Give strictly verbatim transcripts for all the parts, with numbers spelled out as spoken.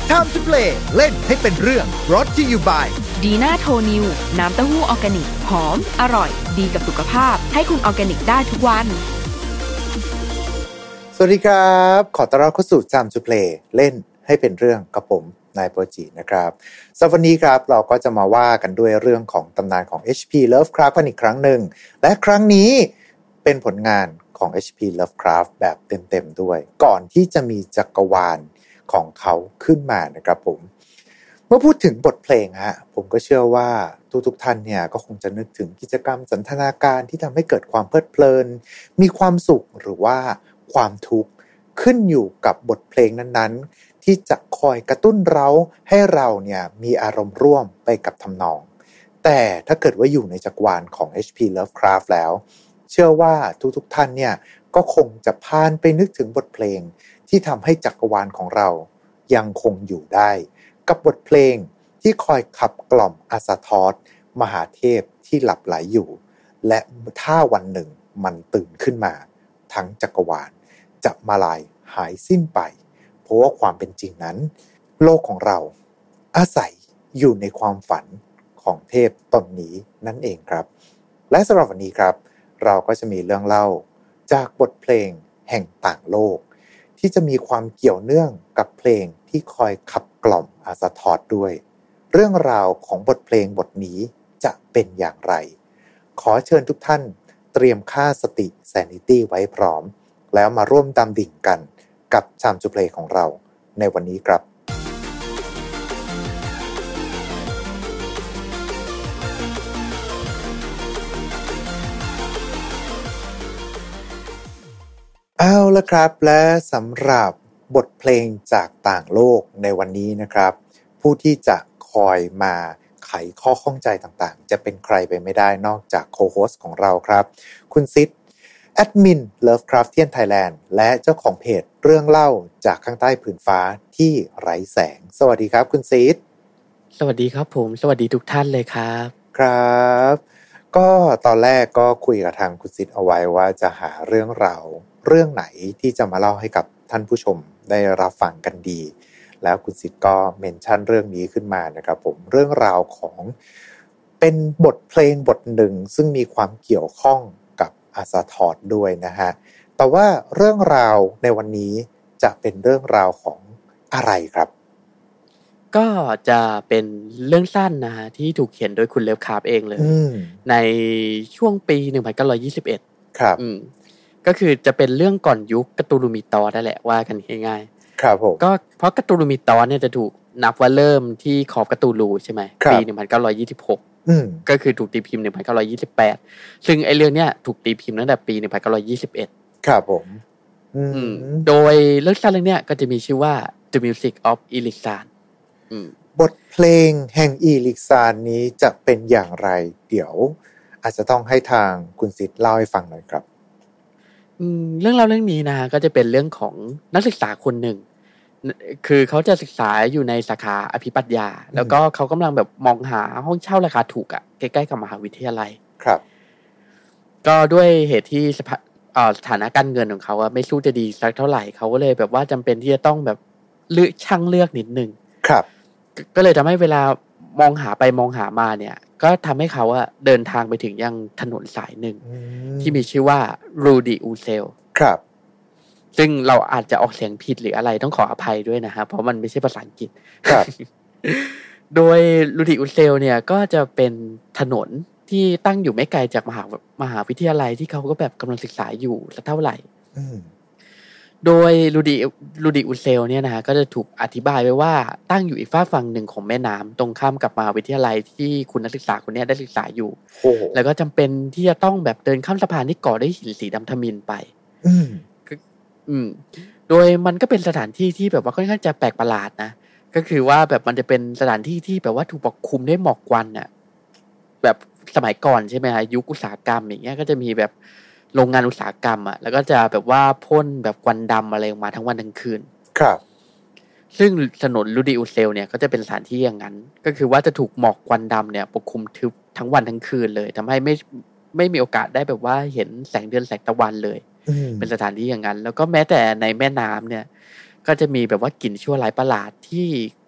Time to Play เล่นให้เป็นเรื่อง brought to you by ดีน่าโทนิวน้ำเต้าหู้ออร์แกนิกหอมอร่อยดีกับสุขภาพให้คุณออร์แกนิกได้ทุกวันสวัสดีครับขอต้อนรับเข้าสู่ Time to Play เล่นให้เป็นเรื่องกับผมนายโปรจินะครับสำหรับวันนี้ครับเราก็จะมาว่ากันด้วยเรื่องของตำนานของ เอช พี Lovecraft กันอีกครั้งหนึ่งและครั้งนี้เป็นผลงานของ เอช พี Lovecraft แบบเต็มๆด้วยก่อนที่จะมีจักรวาลของเขาขึ้นมานะครับผมเมื่อพูดถึงบทเพลงฮะผมก็เชื่อว่าทุกๆท่านเนี่ยก็คงจะนึกถึงกิจกรรมสันทนาการที่ทำให้เกิดความเพลิดเพลินมีความสุขหรือว่าความทุกข์ขึ้นอยู่กับบทเพลงนั้นๆที่จะคอยกระตุ้นเราให้เราเนี่ยมีอารมณ์ร่วมไปกับทำนองแต่ถ้าเกิดว่าอยู่ในจักรวาลของ เอช พี Lovecraft แล้วเชื่อว่าทุกๆท่านเนี่ยก็คงจะพาลไปนึกถึงบทเพลงที่ทำให้จักรวาลของเรายังคงอยู่ได้กับบทเพลงที่คอยขับกล่อมอาซาทอธมหาเทพที่หลับไหลอยู่และถ้าวันหนึ่งมันตื่นขึ้นมาทั้งจักรวาลจะมาลายหายสิ้นไปเพราะว่าความเป็นจริงนั้นโลกของเราอาศัยอยู่ในความฝันของเทพตนนี้นั่นเองครับและสำหรับวันนี้ครับเราก็จะมีเรื่องเล่าจากบทเพลงแห่งต่างโลกที่จะมีความเกี่ยวเนื่องกับเพลงที่คอยขับกล่อมอาซาทอธด้วยเรื่องราวของบทเพลงบทนี้จะเป็นอย่างไรขอเชิญทุกท่านเตรียมค่าสติ sanity ไว้พร้อมแล้วมาร่วมดำดิ่งกันกับ Time to Play ของเราในวันนี้ครับเอาละครับและสำหรับบทเพลงจากต่างโลกในวันนี้นะครับผู้ที่จะคอยมาไขข้อข้องใจต่างๆจะเป็นใครไปไม่ได้นอกจากโคโฮสต์ของเราครับคุณซิดแอดมิน Lovecraftian Thailand และเจ้าของเพจเรื่องเล่าจากข้างใต้ผืนฟ้าที่ไร้แสงสวัสดีครับคุณซิดสวัสดีครับผมสวัสดีทุกท่านเลยครับครับก็ตอนแรกก็คุยกับทางคุณซิดเอาไว้ว่าจะหาเรื่องราวเรื่องไหนที่จะมาเล่าให้กับท่านผู้ชมได้รับฟังกันดีแล้วคุณซิดก็เมนชั่นเรื่องนี้ขึ้นมานะครับผมเรื่องราวของเป็นบทเพลงบทหนึ่งซึ่งมีความเกี่ยวข้องกับอาซาทอธด้วยนะฮะแต่ว่าเรื่องราวในวันนี้จะเป็นเรื่องราวของอะไรครับก็จะเป็นเรื่องสั้นนะฮะที่ถูกเขียนโดยคุณเลฟคราฟต์เองเลยในช่วงปีหนึ่งพันเก้าร้อยยี่สิบเอ็ดครับอืมก็คือจะเป็นเรื่องก่อนยุคการ์ตูนลูมิตอร์นั่นแหละว่ากันง่ายๆครับผมก็เพราะการ์ตูนลูมิตอร์เนี่ยจะถูกนับว่าเริ่มที่ขอบการ์ตูนลูใช่มั้ยปีหนึ่งพันเก้าร้อยยี่สิบหกอืมก็คือถูกตีพิมพ์หนึ่งพันเก้าร้อยยี่สิบแปดซึ่งไอ้เรื่องเนี้ยถูกตีพิมพ์ตั้งแต่ปีหนึ่งพันเก้าร้อยยี่สิบเอ็ดครับผมอืมโดยเรื่องสั้นเรื่องเนี้ยก็จะมีชื่อว่า The Music of Elixir อืมบทเพลงแห่งอีลิกซานนี้จะเป็นอย่างไรเดี๋ยวอาจจะต้องให้ทางคุณซิดเล่าให้ฟังหน่อยครับอืมเรื่องเล่าเรื่องนี้นะก็จะเป็นเรื่องของนักศึกษาคนหนึ่งคือเขาจะศึกษาอยู่ในสาขาอภิปรัชญาแล้วก็เขากำลังแบบมองหาห้องเช่าราคาถูกอ่ะใกล้ๆกับมหาวิทยาลัยครับก็ด้วยเหตุที่สถานะการเงินของเขาอะไม่สู้จะดีสักเท่าไหร่เขาก็เลยแบบว่าจำเป็นที่จะต้องแบบเลือกช่างเลือกนิดนึงครับก็เลยทำให้เวลามองหาไปมองหามาเนี่ยก็ทำให้เขาอะเดินทางไปถึงยังถนนสายหนึ่งที่มีชื่อว่ารูดิอูเซลครับซึ่งเราอาจจะออกเสียงผิดหรืออะไรต้องขออภัยด้วยนะฮะเพราะมันไม่ใช่ภาษาอังกฤษครับโดยรูดิอูเซลเนี่ยก็จะเป็นถนนที่ตั้งอยู่ไม่ไกลจากมหามหาวิทยาลัยที่เขาก็แบบกำลังศึกษาอยู่สักเท่าไหร่โดยรูดิรูดิอูเซลเนี่ยนะฮะก็จะถูกอธิบายไว้ว่าตั้งอยู่อีกฝากฝั่งหนึ่งของแม่น้ำตรงข้ามกับมหาวิทยาลัยที่คุณนักศึกษาคนนี้ได้ศึกษาอยู่ oh. แล้วก็จำเป็นที่จะต้องแบบเดินข้ามสะพานที่ก่อด้วยหินสีดำทมิฬไปอืมอืมโดยมันก็เป็นสถานที่ที่แบบว่าค่อนข้างจะแปลกประหลาดนะก็คือว่าแบบมันจะเป็นสถานที่ที่แบบว่าถูกปกคลุมด้วยหมอกควันน่ะแบบสมัยก่อนใช่ไหมฮะยุคอุตสาหกรรมอย่างเงี้ยก็จะมีแบบโรงงานอุตสาหกรรมอ่ะแล้วก็จะแบบว่าพ่นแบบควันดำอะไรออกมาทั้งวันทั้งคืนครับซึ่งถนนรูดิอูเซลเนี่ยก็จะเป็นสถานที่อย่างนั้นก็คือว่าจะถูกหมอกควันดำเนี่ยปกคลุมทึบทั้งวันทั้งคืนเลยทำให้ไม่ไม่มีโอกาสได้แบบว่าเห็นแสงเดือนแสงตะวันเลยเป็นสถานที่อย่างนั้นแล้วก็แม้แต่ในแม่น้ำเนี่ยก็จะมีแบบว่ากลิ่นชั่วร้ายประหลาดที่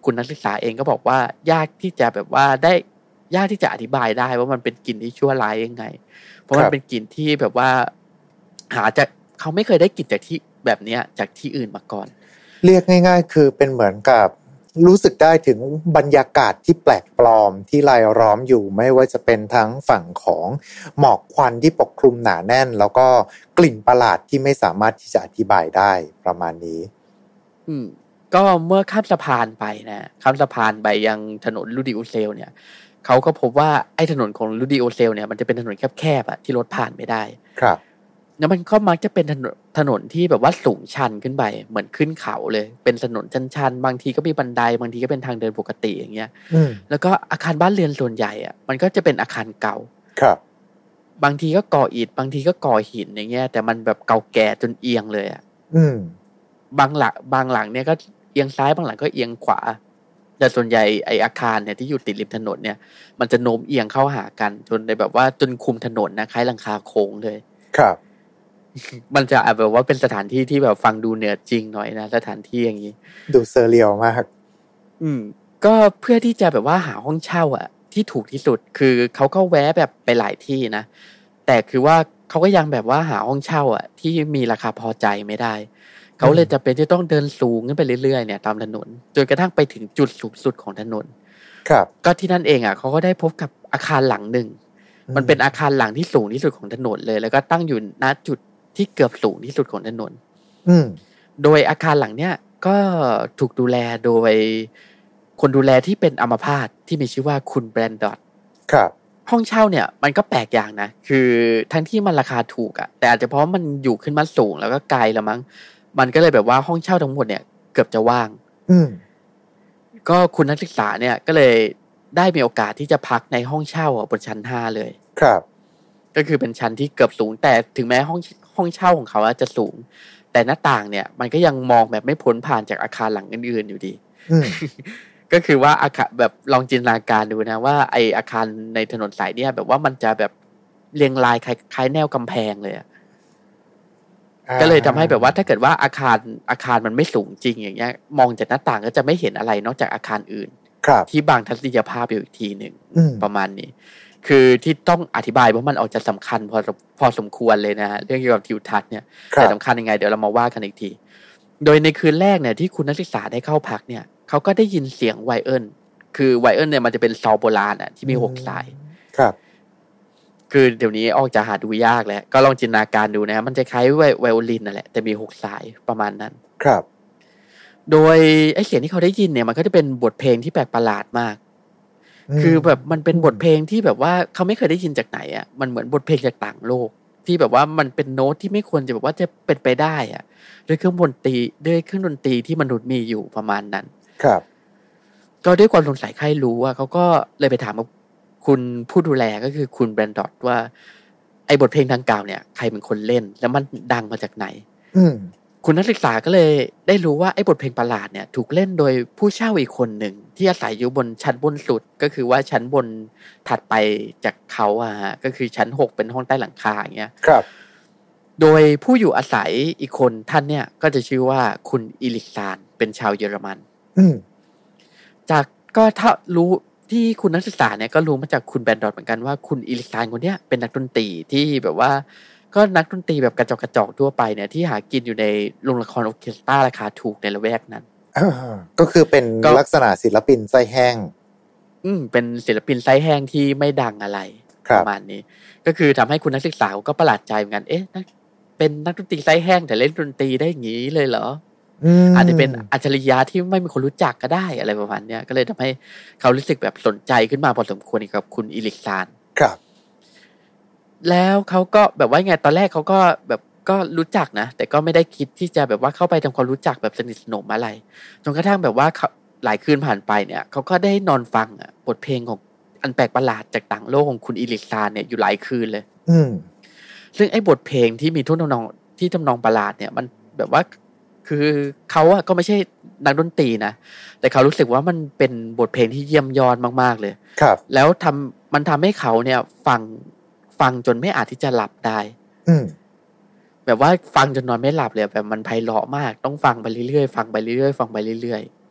คุณนักศึกษาเองก็บอกว่ายากที่จะแบบว่าได้ยากที่จะอธิบายได้ว่ามันเป็นกลิ่นที่ชั่วร้ายยังไงเพราะมันเป็นกลิ่นที่แบบว่าหาจากเขาไม่เคยได้กลิ่นจากที่แบบเนี้ยจากที่อื่นมาก่อนเรียกง่ายๆคือเป็นเหมือนกับรู้สึกได้ถึงบรรยากาศที่แปลกปลอมที่รายล้อมอยู่ไม่ว่าจะเป็นทั้งฝั่งของหมอกควันที่ปกคลุมหนาแน่นแล้วก็กลิ่นประหลาดที่ไม่สามารถที่จะอธิบายได้ประมาณนี้อืมก็เมื่อข้ามสะพานไปนะข้ามสะพานไปยังถนนลูดิโอเซลเนี่ยเขาก็พบว่าไอ้ถนนของลูดิโอเซลเนี่ยมันจะเป็นถนนแคบๆอ่ะที่รถผ่านไม่ได้ครับแล้วมันก็มักจะเป็นถนนถนนที่แบบว่าสูงชันขึ้นไปเหมือนขึ้นเขาเลยเป็นถนนชันๆบางทีก็มีบันไดบางทีก็เป็นทางเดินปกติอย่างเงี้ยแล้วก็อาคารบ้านเรือนส่วนใหญ่อ่ะมันก็จะเป็นอาคารเก่าครับบางทีก็ก่ออิฐบางทีก็ก่อหินอย่างเงี้ยแต่มันแบบเก่าแก่จนเอียงเลยอ่ะอืมบางหลังบางหลังเนี่ยก็เอียงซ้ายบางหลังก็เอียงขวาแต่ส่วนใหญ่ไออาคารเนี่ยที่อยู่ติดริมถนนเนี่ยมันจะโน้มเอียงเข้าหากันจนในแบบว่าจนคุมถนนนะคล้ายหลังคาโค้งเลยครับมันจะแบบว่าเป็นสถานที่ที่แบบฟังดูเหนือจริงหน่อยนะสถานที่อย่างนี้ดูเซอร์เรียลมากอืมก็เพื่อที่จะแบบว่าหาห้องเช่าอ่ะที่ถูกที่สุดคือเขาก็แวะแบบไปหลายที่นะแต่คือว่าเขาก็ยังแบบว่าหาห้องเช่าอ่ะที่มีราคาพอใจไม่ได้เขาเลยจะเป็นที่ต้องเดินสูงขึ้นไปเรื่อยๆเนี่ยตามถนนจนกระทั่งไปถึงจุดสูงสุดของถนนครับก็ที่นั่นเองอ่ะเขาก็ได้พบกับอาคารหลังหนึ่งมันเป็นอาคารหลังที่สูงที่สุดของถนนเลยแล้วก็ตั้งอยู่ณจุดที่เกือบสูงที่สุดของถนนอืมโดยอาคารหลังเนี้ยก็ถูกดูแลโดยคนดูแลที่เป็นอัมพาตที่มีชื่อว่าคุณแบรนดอตครับห้องเช่าเนี่ยมันก็แปลกอย่างนะคือทั้งที่มันราคาถูกอ่ะแต่อาจจะเพราะมันอยู่ขึ้นมาสูงแล้วก็ไกลแล้วมั้งมันก็เลยแบบว่าห้องเช่าทั้งหมดเนี่ยเกือบจะว่างอืมก็คุณนักศึกษาเนี่ยก็เลยได้มีโอกาสที่จะพักในห้องเช่าบนชั้นห้าเลยครับก็คือเป็นชั้นที่เกือบสูงแต่ถึงแม้ห้องห้องเช่าของเขาจะสูงแต่หน้าต่างเนี่ยมันก็ยังมองแบบไม่พ้นผ่านจากอาคารหลังอื่นๆอยู่ดี ก็คือว่าอาคารแบบลองจินตนาการดูนะว่าไออาคารในถนนสายเนี่ยแบบว่ามันจะแบบเรียงรายคล้ายๆแนวกำแพงเลยอ่ะก็เลยทำให้แบบว่าถ้าเกิดว่าอาคารอาคารมันไม่สูงจริงอย่างเงี้ยมองจากหน้าต่างก็จะไม่เห็นอะไรนอกจากอาคารอื่นที่บางทัศนียภาพอยู่อีกทีหนึ่งประมาณนี้คือที่ต้องอธิบายเพราะมันออกจะสำคัญพอพอสมควรเลยนะเรื่องเกี่ยวกับทิวทัศน์เนี่ยแต่สำคัญยังไงเดี๋ยวเรามาว่ากันอีกทีโดยในคืนแรกเนี่ยที่คุณนักศึกษาได้เข้าพักเนี่ยเขาก็ได้ยินเสียงไวเอิลคือไวเอิลเนี่ยมันจะเป็นซอโบราณอ่ะที่มีหกสายครับคือเดี๋ยวนี้ออกจะหาดูยากแล้วก็ลองจินตนาการดูนะมันจะคล้ายไวไวโอลินนั่นแหละแต่มีหกสายประมาณนั้นครับโดยไอ้เสียงที่เขาได้ยินเนี่ยมันก็จะเป็นบทเพลงที่แปลกประหลาดมากคือแบบมันเป็นบทเพลงที่แบบว่าเขาไม่เคยได้ยินจากไหนอ่ะมันเหมือนบทเพลงจากต่างโลกที่แบบว่ามันเป็นโน้ตที่ไม่ควรจะแบบว่าจะเป็นไปได้อ่ะด้วยเครื่องดนตรีด้วยเครื่องดนตรีที่มนุษย์มีอยู่ประมาณนั้นครับก็ด้วยความสงสัยใครรู้ว่าเขาก็เลยไปถามคุณผู้ดูแลก็คือคุณแบรนดอตว่าไอ้บทเพลงดังกล่าวเนี่ยใครเป็นคนเล่นแล้วมันดังมาจากไหนคุณนักศึกษาก็เลยได้รู้ว่าไอ้บทเพลงประหลาดเนี่ยถูกเล่นโดยผู้เช่าอีกคนหนึ่งที่อาศัยอยู่บนชั้นบนสุดก็คือว่าชั้นบนถัดไปจากเขาอะฮะก็คือชั้นหกเป็นห้องใต้หลังคาอย่างเงี้ยครับโดยผู้อยู่อาศัยอีกคนท่านเนี่ยก็จะชื่อว่าคุณอิลิซานเป็นชาวเยอรมันจากก็ถ้ารู้ที่คุณนักศึกษาเนี่ยก็รู้มาจากคุณแบนดอตเหมือนกันว่าคุณอิลิซานคนเนี้ยเป็นนักดนตรีที่แบบว่าก็นักดนตรีแบบกระจอกกระจอกทั่วไปเนี่ยที่หากินอยู่ในโรงละครออร์เคสตราราคาถูกในละแวกนั้นก็คือเป็นลักษณะศิลปินไส้แห้งอืมเป็นศิลปินไส้แห้งที่ไม่ดังอะไรประมาณนี้ก็คือทำให้คุณนักศึกษาก็ประหลาดใจเหมือนกันเอ๊ะเป็นนักดนตรีไส้แห้งแต่เล่นดนตรีได้อย่างนี้เลยเหรออาจจะเป็นอัจฉริยะที่ไม่มีคนรู้จักก็ได้อะไรประมาณนี้ก็เลยทำให้เขารู้สึกแบบสนใจขึ้นมาพอสมควรกับคุณอิลิซานครับแล้วเขาก็แบบว่าไงตอนแรกเขาก็แบบก็รู้จักนะแต่ก็ไม่ได้คิดที่จะแบบว่าเข้าไปทำความรู้จักแบบสนิทสนมอะไรจนกระทั่งแบบว่าหลายคืนผ่านไปเนี่ยเขาก็ได้นอนฟังอ่ะบทเพลงของอันแปลกประหลาดจากต่างโลกของคุณอิลิซานเนี่ยอยู่หลายคืนเลยอืมซึ่งไอ้บทเพลงที่มีท่วงทำนองที่ทำนองประหลาดเนี่ยมันแบบว่าคือเขาอะก็ไม่ใช่นักดนตรีนะแต่เขารู้สึกว่ามันเป็นบทเพลงที่เยี่ยมยอดมากๆเลยครับแล้วทำมันทำให้เขาเนี่ยฟังฟังจนไม่อาจที่จะหลับได้อืมแบบว่าฟังจนนอนไม่หลับเลยแบบมันไพเราะมากต้องฟังไปเรื่อยๆฟังไปเรื่อยๆฟังไปเรื่อย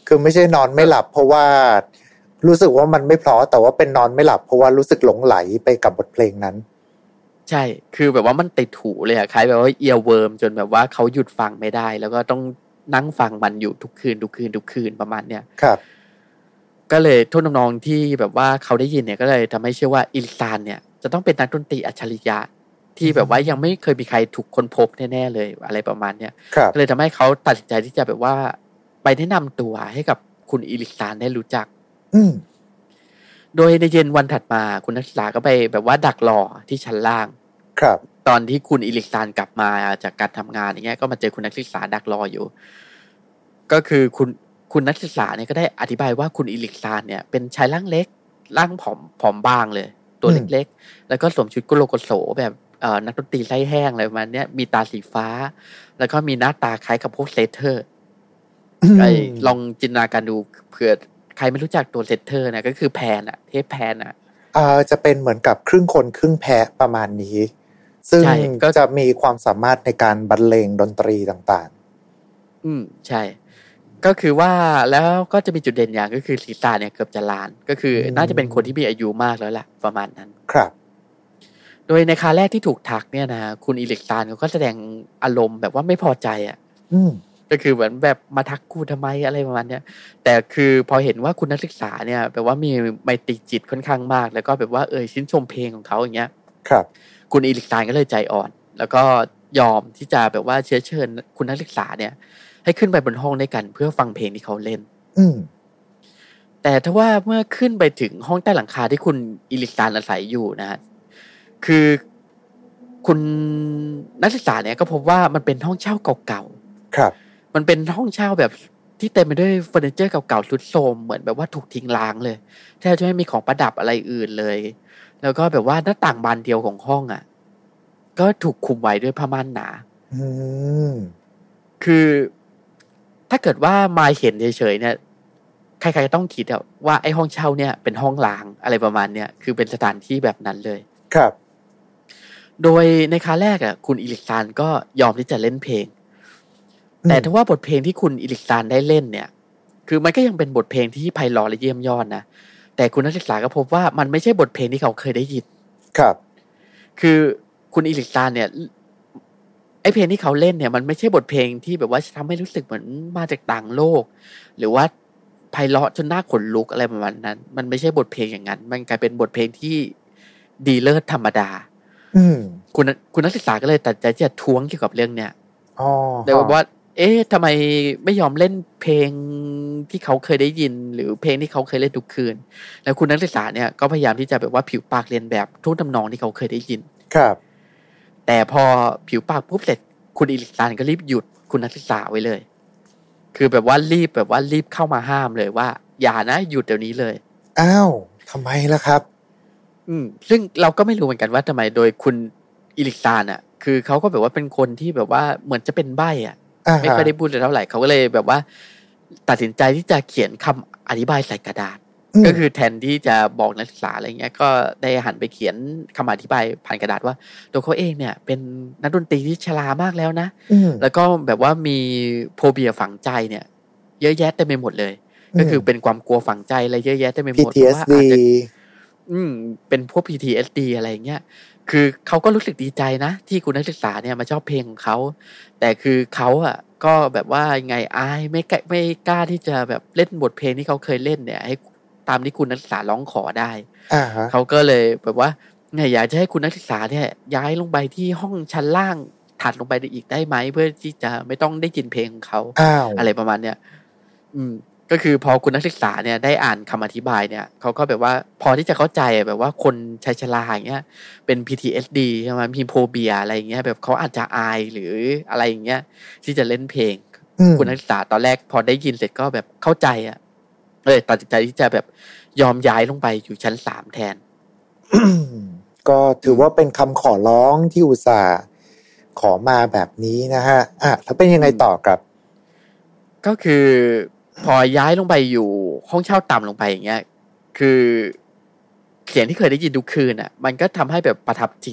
คือไม่ใช่นอนไม่หลับเพราะว่ารู้สึกว่ามันไม่เพราะแต่ว่าเป็นนอนไม่หลับเพราะว่ารู้สึกหลงไหลไปกับบทเพลงนั้นใช่คือแบบว่ามันติดหูเลยอะคล้ายแบบว่าเอียร์เวิร์มจนแบบว่าเขาหยุดฟังไม่ได้แล้วก็ต้องนั่งฟังมันอยู่ทุกคืนทุกคืนทุกคืนประมาณเนี้ยครับก็เลยท่วงทำนองที่แบบว่าเขาได้ยินเนี่ยก็เลยทำให้เชื่อว่าอิลซานเนี่ยจะต้องเป็นนักดนตรีอัจฉริยะที่แบบว่ายังไม่เคยมีใครถูกค้นพบแน่ๆเลยอะไรประมาณเนี้ยก็เลยทำให้เขาตัดสินใจที่จะแบบว่าไปแนะนำตัวให้กับคุณอิลซานได้รู้จักโดยในเย็นวันถัดมาคุณนักศึกษาก็ไปแบบว่าดักรอที่ชั้นล่างครับตอนที่คุณอิลิซานกลับมาจากการทำงานอย่างเงี้ยก็มาเจอคุณนักศึกษาดักรออยู่ก็คือคุณคุณนักศึกษาเนี่ยก็ได้อธิบายว่าคุณอิลิซานเนี่ยเป็นชายร่างเล็กร่างผอมผอมบางเลยตัวเล็กๆแล้วก็สวมชุดกุโลโกโสแบบเอ่อนักดนตรีไส้แห้งอะไรประมาณเนี้ยมีตาสีฟ้าแล้วก็มีหน้าตาคล้ายกับพวกเซเทอร์ไอ้ลองจินตนาการดูเผื่อใครไม่รู้จักตัวเซเทอร์นะก็คือแพนอะเทพแพนอะอ่าจะเป็นเหมือนกับครึ่งคนครึ่งแพะประมาณนี้ซึ่งก็จะมีความสามารถในการบรรเลงดนตรีต่างๆอืมใช่ก็คือว่าแล้วก็จะมีจุดเด่นอย่างก็คือศีรษะเนี่ยเกือบจะล้านก็คือน่าจะเป็นคนที่มีอายุมากแล้วแหละประมาณนั้นครับโดยในคาแรกที่ถูกทักเนี่ยนะคุณอิเล็กซานเขาก็แสดงอารมณ์แบบว่าไม่พอใจอ่ะก็คือเหมือนแบบมาทักกูทำไมอะไรประมาณเนี้ยแต่คือพอเห็นว่าคุณนักศึกษาเนี่ยแบบว่ามีไมตรีจิตค่อนข้างมากแล้วก็แบบว่าเออชื่นชมเพลงของเขาอย่างเงี้ยครับคุณอิลิกซานก็เลยใจอ่อนแล้วก็ยอมที่จะแบบว่าเชื้อเชิญคุณนักศึกษาเนี่ยให้ขึ้นไปบนห้องด้วยกันเพื่อฟังเพลงที่เขาเล่นอืมแต่ถ้าว่าเมื่อขึ้นไปถึงห้องใต้หลังคาที่คุณอิลิกซานอาศัยอยู่นะฮะคือคุณนักศึกษาเนี่ยก็พบว่ามันเป็นห้องเช่าเก่าๆครับมันเป็นห้องเช่าแบบที่เต็มไปด้วยเฟอร์นิเจอร์เก่าๆทรุดโทรมเหมือนแบบว่าถูกทิ้งร้างเลยแทบจะไม่มีของประดับอะไรอื่นเลยแล้วก็แบบว่าหน้าต่างบานเดียวของห้องอ่ะก็ถูกคุมไว้ด้วยผ้าม่านหนาอืมคือถ้าเกิดว่ามาเห็นเฉยๆเนี่ยใครๆต้องคิดอะว่าไอ้ห้องเช่าเนี่ยเป็นห้องล้างอะไรประมาณเนี้ยคือเป็นสถานที่แบบนั้นเลยครับโดยในครั้งแรกอ่ะคุณอิลิกซานก็ยอมที่จะเล่นเพลงแต่ถ้าว่าบทเพลงที่คุณอิลิกซานได้เล่นเนี่ยคือมันก็ยังเป็นบทเพลงที่ไพเราะและเยี่ยมยอดนะแต่คุณนักศึกษาก็พบว่ามันไม่ใช่บทเพลงที่เขาเคยได้ยินครับคือคุณอิลิกซานเนี่ยไอเพลงที่เขาเล่นเนี่ยมันไม่ใช่บทเพลงที่แบบว่าทำให้รู้สึกเหมือนมาจากต่างโลกหรือว่าไพเราะจนน่าขนลุกอะไรประมาณนั้นมันไม่ใช่บทเพลงอย่างนั้นมันกลายเป็นบทเพลงที่ดีเลิศธรรมดาคุณคุณนักศึกษาก็เลยตัดใจจะท้วงเกี่ยวกับเรื่องเนี้ยแต่ว่าเอ๊ะทำไมไม่ยอมเล่นเพลงที่เขาเคยได้ยินหรือเพลงที่เขาเคยเล่นทุกคืนแล้วคุณนักศึกษาเนี่ยก็พยายามที่จะแบบว่าผิวปากเรียนแบบทุกทำนองที่เขาเคยได้ยินครับแต่พอผิวปากปุ๊บเสร็จคุณอิลิกซานก็รีบหยุดคุณนักศึกษาไว้เลยคือแบบว่ารีบแบบว่ารีบเข้ามาห้ามเลยว่าอย่านะหยุดเดี๋ยวนี้เลยอ้าวทำไมล่ะครับอืมซึ่งเราก็ไม่รู้เหมือนกันว่าทำไมโดยคุณอิลิกซานอ่ะคือเขาก็แบบว่าเป็นคนที่แบบว่าเหมือนจะเป็นใบ้อ่ะไม่ค่อยได้พูดเลยเท่าไหร่เขาก็เลยแบบว่าตัดสินใจที่จะเขียนคำอธิบายใส่กระดาษก็คือแทนที่จะบอกนักศึกษาอะไรเงี้ยก็ได้หันไปเขียนคำอธิบายผ่านกระดาษว่าตัวเขาเองเนี่ยเป็นนักดนตรีที่ชรามากแล้วนะแล้วก็แบบว่ามีโฟเบียฝังใจเนี่ยเยอะแยะเต็มไปหมดเลยก็คือเป็นความกลัวฝังใจอะไรเยอะแยะเต็มไปหมดเพราะว่าอาจจะอืมเป็นพวก พี ที เอส ดี อะไรเงี้ยคือเขาก็รู้สึกดีใจนะที่คุณนักศึกษาเนี่ยมาชอบเพลงของเขาแต่คือเขาอ่ะก็แบบว่าไงอายไม่ไม่กล้าที่จะแบบเล่นบทเพลงที่เขาเคยเล่นเนี่ยให้ตามที่คุณนักศึกษาร้องขอได้เขาก็เลยแบบว่าไงอยากจะให้คุณนักศึกษาเนี่ยย้ายลงไปที่ห้องชั้นล่างถัดลงไปอีกได้ไหมเพื่อที่จะไม่ต้องได้ยินเพลงของเขาอะไรประมาณเนี้ยอืมก็คือพอคุณนักศึกษาเนี่ยได้อ่านคำอธิบายเนี่ยเขาก็แบบว่าพอที่จะเข้าใจแบบว่าคนชายชราอย่างเงี้ยเป็น พี ที เอส ดี ใช่ไหมมีโฟเบียอะไรอย่างเงี้ยแบบเขาอาจจะอายหรืออะไรอย่างเงี้ยที่จะเล่นเพลงคุณนักศึกษาตอนแรกพอได้ยินเสร็จก็แบบเข้าใจอ่ะเลยตัดสินใจที่จะแบบยอมย้ายลงไปอยู่ชั้นสามแทนก็ถือว่าเป็นคำขอร้องที่อุตส่าห์ขอมาแบบนี้นะฮะอ่ะแล้วเป็นยังไงต่อครับก็คือพอย้ายลงไปอยู่ห้องเช่าต่ำลงไปอย่างเงี้ยคือเสียงที่เคยได้ยินทุกคืนอ่ะมันก็ทำให้แบบประทับจิตอ่ะ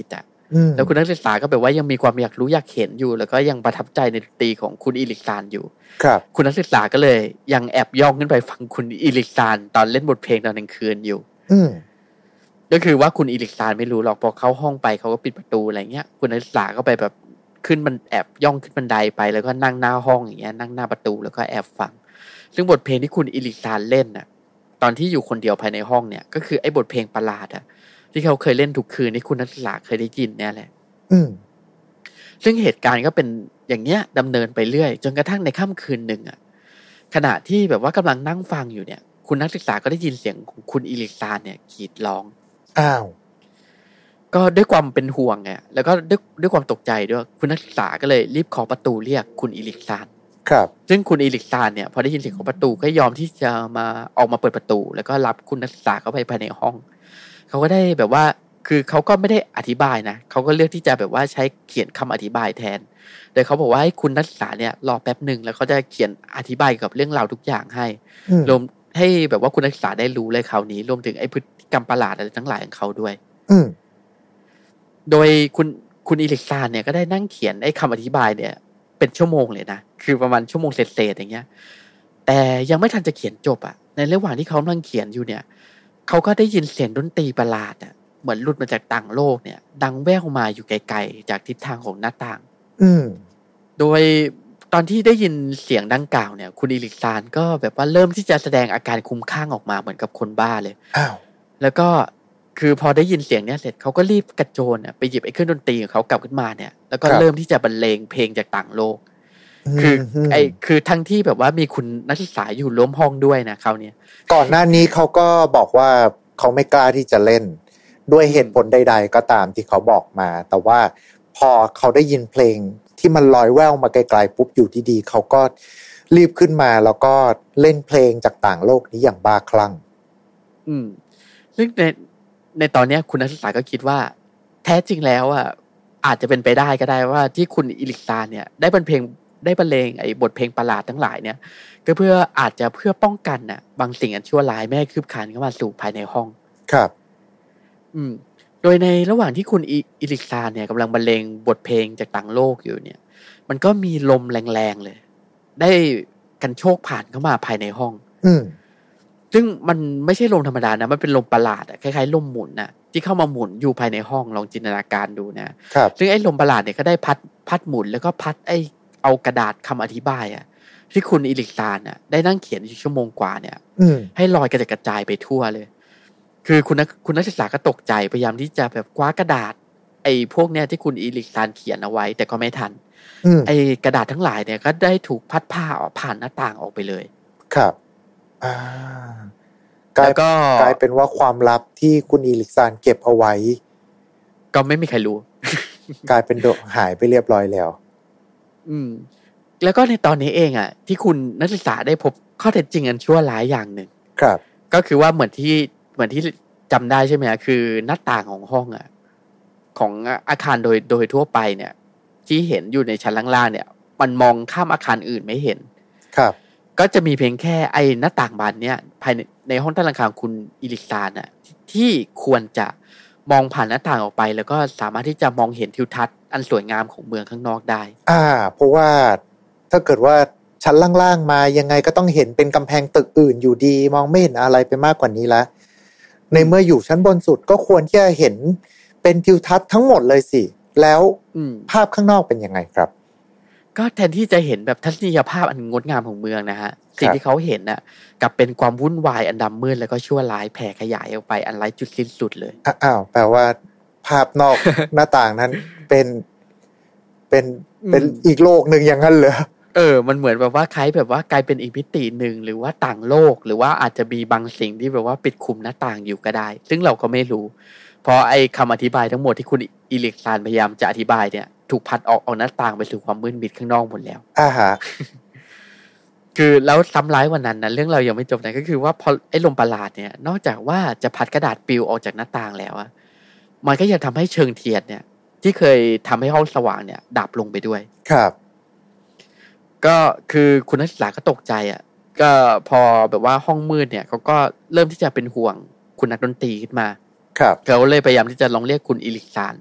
แล้วคุณนักศึกษาก็แบบว่ายังมีความอยากรู้อยากเห็นอยู่แล้วก็ยังประทับใจในดนตรีของคุณอิลิกซานอยู่ครับคุณนักศึกษาก็เลยยังแอบย่องขึ้นไปฟังคุณอิลิกซานตอนเล่นบทเพลงตอนกลางคืนอยู่อืมก็คือว่าคุณอิลิกซานไม่รู้หรอกพอเข้าห้องไปเขาก็ปิดประตูอะไรเงี้ยคุณนักศึกษาก็ไปแบบขึ้นมันแอบย่องขึ้นบันไดไปแล้วก็นั่งหน้าห้องอย่างเงี้ยนั่งหน้าประตูแล้วก็แอบฟังซึ่งบทเพลงที่คุณอิลิกซานเล่นน่ะตอนที่อยู่คนเดียวภายในห้องเนี่ยก็คือไอ้บทเพลงประหลาดอ่ะที่เขาเคยเล่นทุกคืนที่คุณนักศึกษาเคยได้ยินเนี่ยแหละอืมซึ่งเหตุการณ์ก็เป็นอย่างเงี้ยดำเนินไปเรื่อยจนกระทั่งในค่ำคืนหนึ่งอ่ะขณะที่แบบว่ากำลังนั่งฟังอยู่เนี่ยคุณนักศึกษาก็ได้ยินเสียงของคุณอิลิกซานเนี่ยกรีดร้องอ้าวก็ด้วยความเป็นห่วงไงแล้วก็ด้วยด้วยความตกใจด้วยคุณนักศึกษาก็เลยรีบเคาะประตูเรียกคุณอิลิกซานครับซึ่งคุณอิลิกซานเนี่ยพอได้ยินเสียงของประตูก็ยอมที่จะมาออกมาเปิดประตูแล้วก็รับคุณนักศึกษาเข้าไปภายในห้องเขาก็ได้แบบว่าคือเขาก็ไม่ได้อธิบายนะเขาก็เลือกที่จะแบบว่าใช้เขียนคำอธิบายแทนโดยเขาบอกว่าให้คุณนักศึกษาเนี่ยรอแป๊บหนึ่งแล้วเขาจะเขียนอธิบายกับเรื่องราวทุกอย่างให้รวมให้แบบว่าคุณนักศึกษาได้รู้เลยคราวนี้รวมถึงไอ้พฤติกรรมประหลาดอะไรทั้งหลายของเขาด้วยโดยคุณคุณอิลิกซานเนี่ยก็ได้นั่งเขียนไอ้คำอธิบายเนี่ยเป็นชั่วโมงเลยนะคือประมาณชั่วโมงเศษๆอย่างเงี้ยแต่ยังไม่ทันจะเขียนจบอ่ะในระหว่างที่เขานั่งเขียนอยู่เนี่ยเขาก็ได้ยินเสียงดนตรีประหลาดอ่ะเหมือนหลุดมาจากต่างโลกเนี่ยดังแว่วมาอยู่ไกลๆจากทิศทางของหน้าต่างอืมโดยตอนที่ได้ยินเสียงดังกล่าวเนี่ยคุณอิลิกซานก็แบบว่าเริ่มที่จะแสดงอาการคลุ้มคลั่งออกมาเหมือนกับคนบ้าเลยอ้าวแล้วก็คือพอได้ยินเสียงเนี้ยเสร็จเขาก็รีบกระโจนอ่ะไปหยิบไอ้เครื่องดนตรีของเขากลับขึ้นมาเนี่ยแล้วก็เริ่มที่จะบรรเลงเพลงจากต่างโลกคือไอ้คือทั้งที่แบบว่ามีคุณนักศึกษาอยู่ร่วมห้องด้วยนะคราวนี้ก่อนหน้านี้เขาก็บอกว่าเขาไม่กล้าที่จะเล่นด้วยเหตุผลใดๆก็ตามที่เขาบอกมาแต่ว่าพอเขาได้ยินเพลงที่มันลอยแว่วมาไกลๆปุ๊บอยู่ดีๆเขาก็รีบขึ้นมาแล้วก็เล่นเพลงจากต่างโลกนี้อย่างบ้าคลั่งอืมซึ่งในในตอนนี้คุณนักศึกษาก็คิดว่าแท้จริงแล้วอ่ะอาจจะเป็นไปได้ก็ได้ว่าที่คุณอิลิกซานเนี่ยได้บรรเพลงได้บรรเลงไอ้บทเพลงประหลาดทั้งหลายเนี่ยก็เพื่ออาจจะเพื่อป้องกันน่ะบางสิ่งอันชั่วร้ายไม่ให้คืบคลานเข้ามาสู่ภายในห้องครับอืมโดยในระหว่างที่คุณอิลิกซานเนี่ยกำลังบรรเลงบทเพลงจากต่างโลกอยู่เนี่ยมันก็มีลมแรงๆเลยได้กันโชกผ่านเข้ามาภายในห้องอืมซึ่งมันไม่ใช่ลมธรรมดานะมันเป็นลมประหลาดอะคล้ายๆลมหมุนน่ะที่เข้ามาหมุนอยู่ภายในห้องลองจินตนาการดูนะครับซึ่งไอ้ลมประหลาดเนี่ยก็ได้พัดพัดหมุนแล้วก็พัดไอ้เอากระดาษคำอธิบายอะที่คุณอิลิกซานน่ะได้นั่งเขียนอยู่ชั่วโมงกว่าเนี่ยให้ลอยกระจัดกระจายไปทั่วเลยคือคุณนักคุณนักศึกษาก็ตกใจพยายามที่จะแบบคว้ากระดาษไอ้พวกเนี้ยที่คุณอิลิกซานเขียนเอาไว้แต่ก็ไม่ทันไอ้กระดาษทั้งหลายเนี่ยก็ได้ถูกพัดผ้าออกผ่านหน้าต่างออกไปเลยครับอ่ากลายก็กลายเป็นว่าความลับที่คุณอิลิกซานเก็บเอาไว้ก็ไม่มีใครรู้กลายเป็นโดดหายไปเรียบร้อยแล้วอืมแล้วก็ในตอนนี้เองอ่ะที่คุณนักศึกษาได้พบข้อเท็จจริงอันชั่วร้ายอย่างหนึ่งครับก็คือว่าเหมือนที่เหมือนที่จำได้ใช่ไหมครับคือหน้าต่างของห้องอ่ะของอาคารโดยโดยทั่วไปเนี่ยที่เห็นอยู่ในชั้นล่างๆเนี่ยมันมองข้ามอาคารอื่นไม่เห็นครับก็จะมีเพียงแค่ไอ้หน้าต่างบานเนี้ยภายในในห้องใต้หลังคาคุณอิลิกซานอ่ะที่ควรจะมองผ่านหน้าต่างออกไปแล้วก็สามารถที่จะมองเห็นทิวทัศน์อันสวยงามของเมืองข้างนอกได้อ่าเพราะว่าถ้าเกิดว่าชั้นล่างๆมายังไงก็ต้องเห็นเป็นกำแพงตึกอื่นอยู่ดีมองไม่เห็นอะไรไปมากกว่านี้ละในเมื่ออยู่ชั้นบนสุดก็ควรที่จะเห็นเป็นทิวทัศน์ทั้งหมดเลยสิแล้วภาพข้างนอกเป็นยังไงครับก็แทนที่จะเห็นแบบทัศนียภาพอันงดงามของเมืองนะฮะสิ่งที่เขาเห็นน่ะกลับเป็นความวุ่นวายอันดำมืดแล้วก็ชั่วร้ายแผ่ขยายออกไปอันไร้จุดสิ้นสุดเลยอ้าวแปลว่าภาพนอก หน้าต่างนั้นเป็นเป็นเป็นอีกโลกนึงอย่างนั้นเหรอเออมันเหมือนแบบว่าคล้ายแบบว่ากลายเป็นอีกมิตินึงหรือว่าต่างโลกหรือว่าอาจจะมีบางสิ่งที่แบบว่าปิดคุมหน้าต่างอยู่ก็ได้ซึ่งเราก็ไม่รู้เพราะไอ้คำอธิบายทั้งหมดที่คุณอิลิกซานพยายามจะอธิบายเนี่ยถูกพัดออกออกหน้าต่างไปสู่ความมืดมิดข้างนอกหมดแล้วอ่าฮะคือแล้วซ้ำร้ายวันนั้นนะเรื่องเรายังไม่จบนะก็คือว่าพอไอ้ลมประหลาดเนี่ยนอกจากว่าจะพัดกระดาษปลิวออกจากหน้าต่างแล้วอะมันก็ยังทำให้เชิงเทียนเนี่ยที่เคยทำให้ห้องสว่างเนี่ยดับลงไปด้วยครับก็คือคุณนักศึกษาก็ตกใจอ่ะก็พอแบบว่าห้องมืดเนี่ยเขาก็เริ่มที่จะเป็นห่วงคุณนักดนตรีขึ้นมาครับเขาเลยพยายามที่จะลองเรียกคุณอิลิกซาน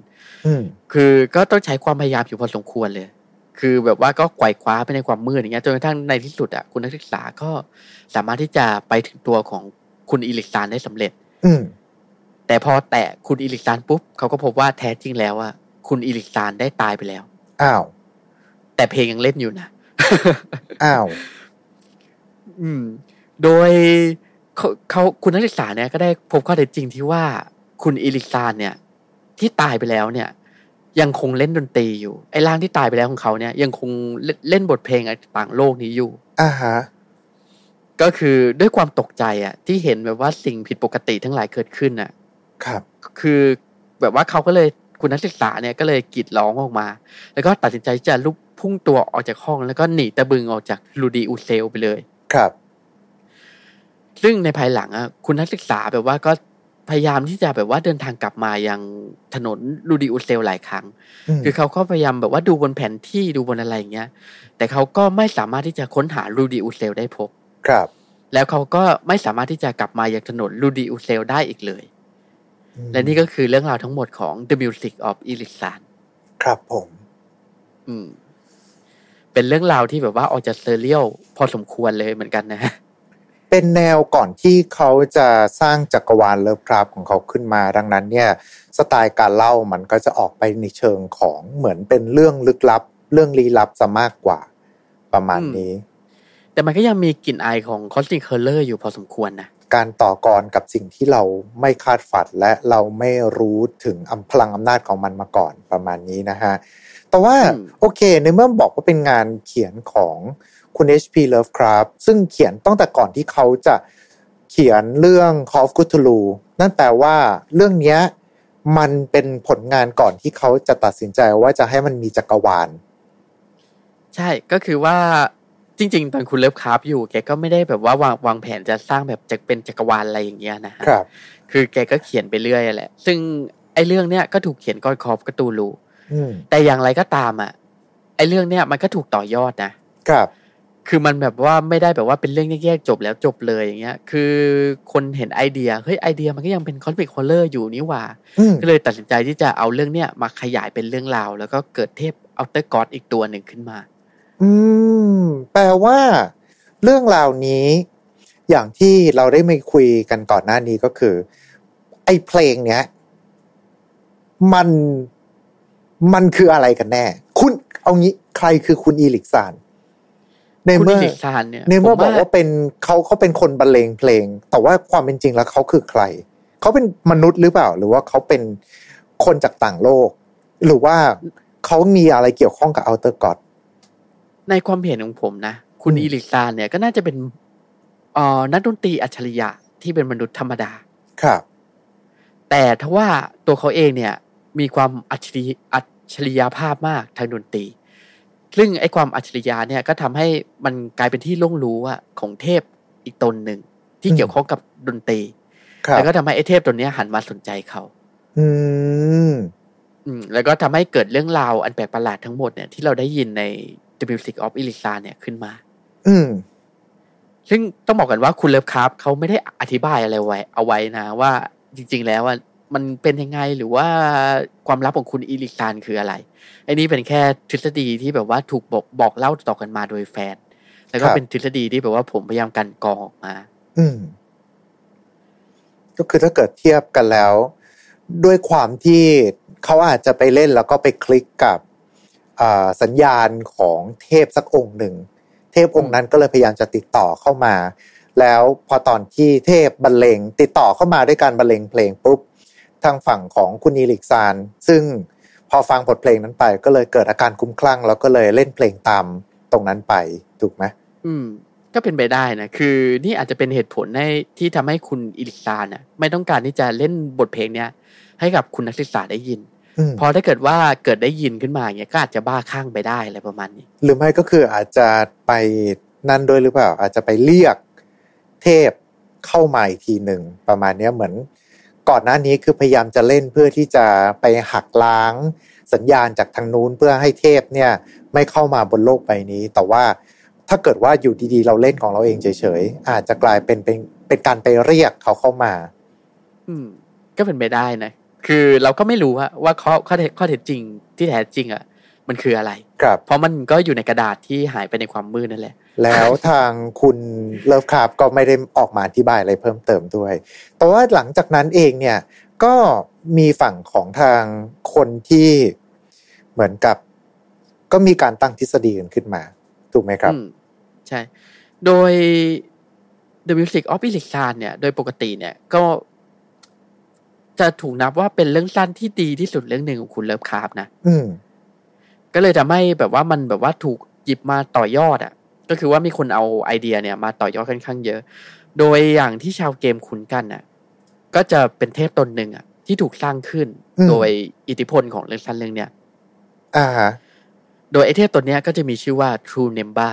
คือก็ต้องใช้ความพยายามอยู่พอสมควรเลยคือแบบว่าก็ไกวคว้าไปในความมืดอย่างเงี้ยจนกระทั่งในที่สุดอ่ะคุณนักศึกษาก็สามารถที่จะไปถึงตัวของคุณอิลิกซานได้สำเร็จแต่พอแตะคุณอิลิกซานปุ๊บเขาก็พบว่าแท้จริงแล้วอ่ะคุณอิลิกซานได้ตายไปแล้วอ้าวแต่เพลงยังเล่นอยู่นะอ้าวอืมโดยเขาเขาคุณนักศึกษาเนี่ยก็ได้พบข้อเท็จจริงที่ว่าคุณอิลิกซานเนี่ยที่ตายไปแล้วเนี่ยยังคงเล่นดนตรีอยู่ไอ้ร่างที่ตายไปแล้วของเขาเนี่ยยังคงเล่นบทเพลงต่างโลกนี้อยู่อ่าฮะก็คือด้วยความตกใจอ่ะที่เห็นแบบว่าสิ่งผิดปกติทั้งหลายเกิดขึ้นอ่ะครับคือแบบว่าเขาก็เลยคุณนักศึกษาเนี่ยก็เลยกรีดร้องออกมาแล้วก็ตัดสินใจจะลุกพุ่งตัวออกจากห้องแล้วก็หนีตะบึงออกจากลูดีอูเซลไปเลยครับซึ่งในภายหลังอ่ะคุณนักศึกษาแบบว่าก็พยายามที่จะแบบว่าเดินทางกลับมายังถนนลูดีอูเซลหลายครั้งคือเขาก็พยายามแบบว่าดูบนแผนที่ดูบนอะไรอย่างเงี้ยแต่เขาก็ไม่สามารถที่จะค้นหาลูดีอูเซลได้พบครับแล้วเขาก็ไม่สามารถที่จะกลับมายังถนนลูดีอูเซลได้อีกเลยและนี่ก็คือเรื่องราวทั้งหมดของ The Music of Elixir ครับผมอืมเป็นเรื่องราวที่แบบว่าออกจากเซเรียลพอสมควรเลยเหมือนกันนะเป็นแนวก่อนที่เขาจะสร้างจักรวาลเลิฟคราฟของเขาขึ้นมาดังนั้นเนี่ยสไตล์การเล่ามันก็จะออกไปในเชิงของเหมือนเป็นเรื่องลึกลับเรื่องลี้ลับซะมากกว่าประมาณนี้แต่มันก็ยังมีกลิ่นอายของ Cosmic Horror อยู่พอสมควรนะการต่อกรกับสิ่งที่เราไม่คาดฝันและเราไม่รู้ถึงพลังอำนาจของมันมาก่อนประมาณนี้นะฮะแต่ว่าโอเคในเมื่อบอกว่าเป็นงานเขียนของคุณ เอช พี Lovecraft ซึ่งเขียนตั้งแต่ก่อนที่เขาจะเขียนเรื่อง Call of Cthulhu นั่นแปลว่าเรื่องนี้มันเป็นผลงานก่อนที่เขาจะตัดสินใจว่าจะให้มันมีจักรวาลใช่ก็คือว่าจริงๆตอนคุณเลิฟคราฟอยู่แกก็ไม่ได้แบบว่าวางวางแผนจะสร้างแบบจะเป็นจักรวาลอะไรอย่างเงี้ยนะฮะครับคือแกก็เขียนไปเรื่อยแหละซึ่งไอ้เรื่องเนี้ยก็ถูกเขียนก่อนคอฟกตูลูแต่อย่างไรก็ตามอ่ะไอ้เรื่องเนี้ยมันก็ถูกต่อยอดนะครับคือมันแบบว่าไม่ได้แบบว่าเป็นเรื่องแยกๆจบแล้วจบเลยอย่างเงี้ยคือคนเห็นไอเดียเฮ้ยไอเดียมันก็ยังเป็นคอสมิคฮอร์เรอร์อยู่นี่หว่าก็เลยตัดสินใจที่จะเอาเรื่องเนี้ยมาขยายเป็นเรื่องราวแล้วก็เกิดเทพอัลเตอร์ก็อดอีกตัวหนึ่งขึ้นมาอืมแปลว่าเรื่องราวนี้อย่างที่เราได้มาคุยกันก่อนหน้านี้ก็คือไอ้เพลงเนี้ยมันมันคืออะไรกันแน่คุณเอางี้ใครคือคุณอีลิกซานในเมื่อในเมื่อบอกว่าเป็นเขาเขาเป็นคนบรรเลงเพลงแต่ว่าความเป็นจริงแล้วเขาคือใครเขาเป็นมนุษย์หรือเปล่าหรือว่าเขาเป็นคนจากต่างโลกหรือว่าเขามีอะไรเกี่ยวข้องกับอัลเตอร์ก็อดในความเห็นของผมนะคุณอีลิกซานเนี่ยก็น่าจะเป็นเอ่อนักดนตรีอัจฉริยะที่เป็นมนุษย์ธรรมดาครับแต่ทว่าตัวเขาเองเนี่ยมีความอัจฉริอัจฉริยภาพมากทางดนตรีซึ่งไอ้ความอัจฉริยะเนี่ยก็ทำให้มันกลายเป็นที่ล่วงรู้อ่ะของเทพอีกตนหนึ่งที่เกี่ยวข้องกับดนตรีแล้วก็ทำให้ไอ้เทพตัวนี้หันมาสนใจเขาอืมอืมแล้วก็ทำให้เกิดเรื่องราวอันแปลกประหลาดทั้งหมดเนี่ยที่เราได้ยินใน The Music of Elixir เนี่ยขึ้นมาอืมซึ่งต้องบอกกันว่าคุณเลิฟคราฟเขาไม่ได้อธิบายอะไรไว้เอาไว้นะว่าจริงๆแล้วอ่ะมันเป็นยังไงหรือว่าความลับของคุณอีลิกซานคืออะไรไอ้นี่เป็นแค่ทฤษฎีที่แบบว่าถูกบอกบอกเล่าต่อกันมาโดยแฟนแล้วก็เป็นทฤษฎีที่แบบว่าผมพยายามกันกรองออกมาอืมก็คือถ้าเกิดเทียบกันแล้วด้วยความที่เขาอาจจะไปเล่นแล้วก็ไปคลิกกับสัญญาณของเทพสักองค์หนึ่งเทพองค์นั้นก็เลยพยายามจะติดต่อเข้ามาแล้วพอตอนที่เทพบรรเลงติดต่อเข้ามาด้วยการบรรเลงเพลงปุ๊บทางฝั่งของคุณอีลิกซานซึ่งพอฟังบทเพลงนั้นไปก็เลยเกิดอาการคุ้มคลั่งแล้วก็เลยเล่นเพลงตามตรงนั้นไปถูกไหมอืมก็เป็นไปได้นะคือนี่อาจจะเป็นเหตุผลให้ที่ทำให้คุณอีลิกซานน่ะไม่ต้องการที่จะเล่นบทเพลงเนี้ยให้กับคุณนักศึกษาได้ยินพอถ้าเกิดว่าเกิดได้ยินขึ้นมาอย่างเงี้ยก็อาจจะบ้าคลั่งไปได้อะไรประมาณนี้หรือไม่ก็คืออาจจะไปนั่นด้วยหรือเปล่าอาจจะไปเรียกเทพเข้ามาอีกทีหนึ่งประมาณนี้เหมือนก่อนหน้านี้คือพยายามจะเล่นเพื่อที่จะไปหักล้างสัญญาณจากทางนู้นเพื่อให้เทพเนี่ยไม่เข้ามาบนโลกใบนี้แต่ว่าถ้าเกิดว่าอยู่ดีๆเราเล่นของเราเองเฉยๆอาจจะกลายเป็นเป็นเป็นการไปเรียกเขาเข้ามาอืมก็เป็นไปได้นะคือเราก็ไม่รู้ว่าว่าข้อข้อข้อเท็จจริงที่แท้จริงอ่ะมันคืออะไรครับเพราะมันก็อยู่ในกระดาษที่หายไปในความมืดนั่นแหละแล้วทางคุณเลิฟคราฟก็ไม่ได้ออกมาอธิบายอะไรเพิ่มเติมด้วยแต่ว่าหลังจากนั้นเองเนี่ยก็มีฝั่งของทางคนที่เหมือนกับก็มีการตั้งทฤษฎีกันขึ้นมาถูกไหมครับใช่โดย The Music of Illisan เนี่ยโดยปกติเนี่ยก็จะถูกนับว่าเป็นเรื่องสั้นที่ดีที่สุดเรื่องหนึ่งของคุณเลิฟคราฟนะอืมก็เลยทำให้แบบว่ามันแบบว่าถูกหยิบมาต่อยอดอ่ะก็คือว่ามีคนเอาไอเดียเนี่ยมาต่อยอดค่อนข้างเยอะโดยอย่างที่ชาวเกมคุ้นกันน่ะก็จะเป็นเทพตนหนึ่งอ่ะที่ถูกสร้างขึ้นโดยอิทธิพลของเรื่องสั้นเรื่องเนี้ยอ่าฮะโดยไอเทพตนเนี้ยก็จะมีชื่อว่า True Nemba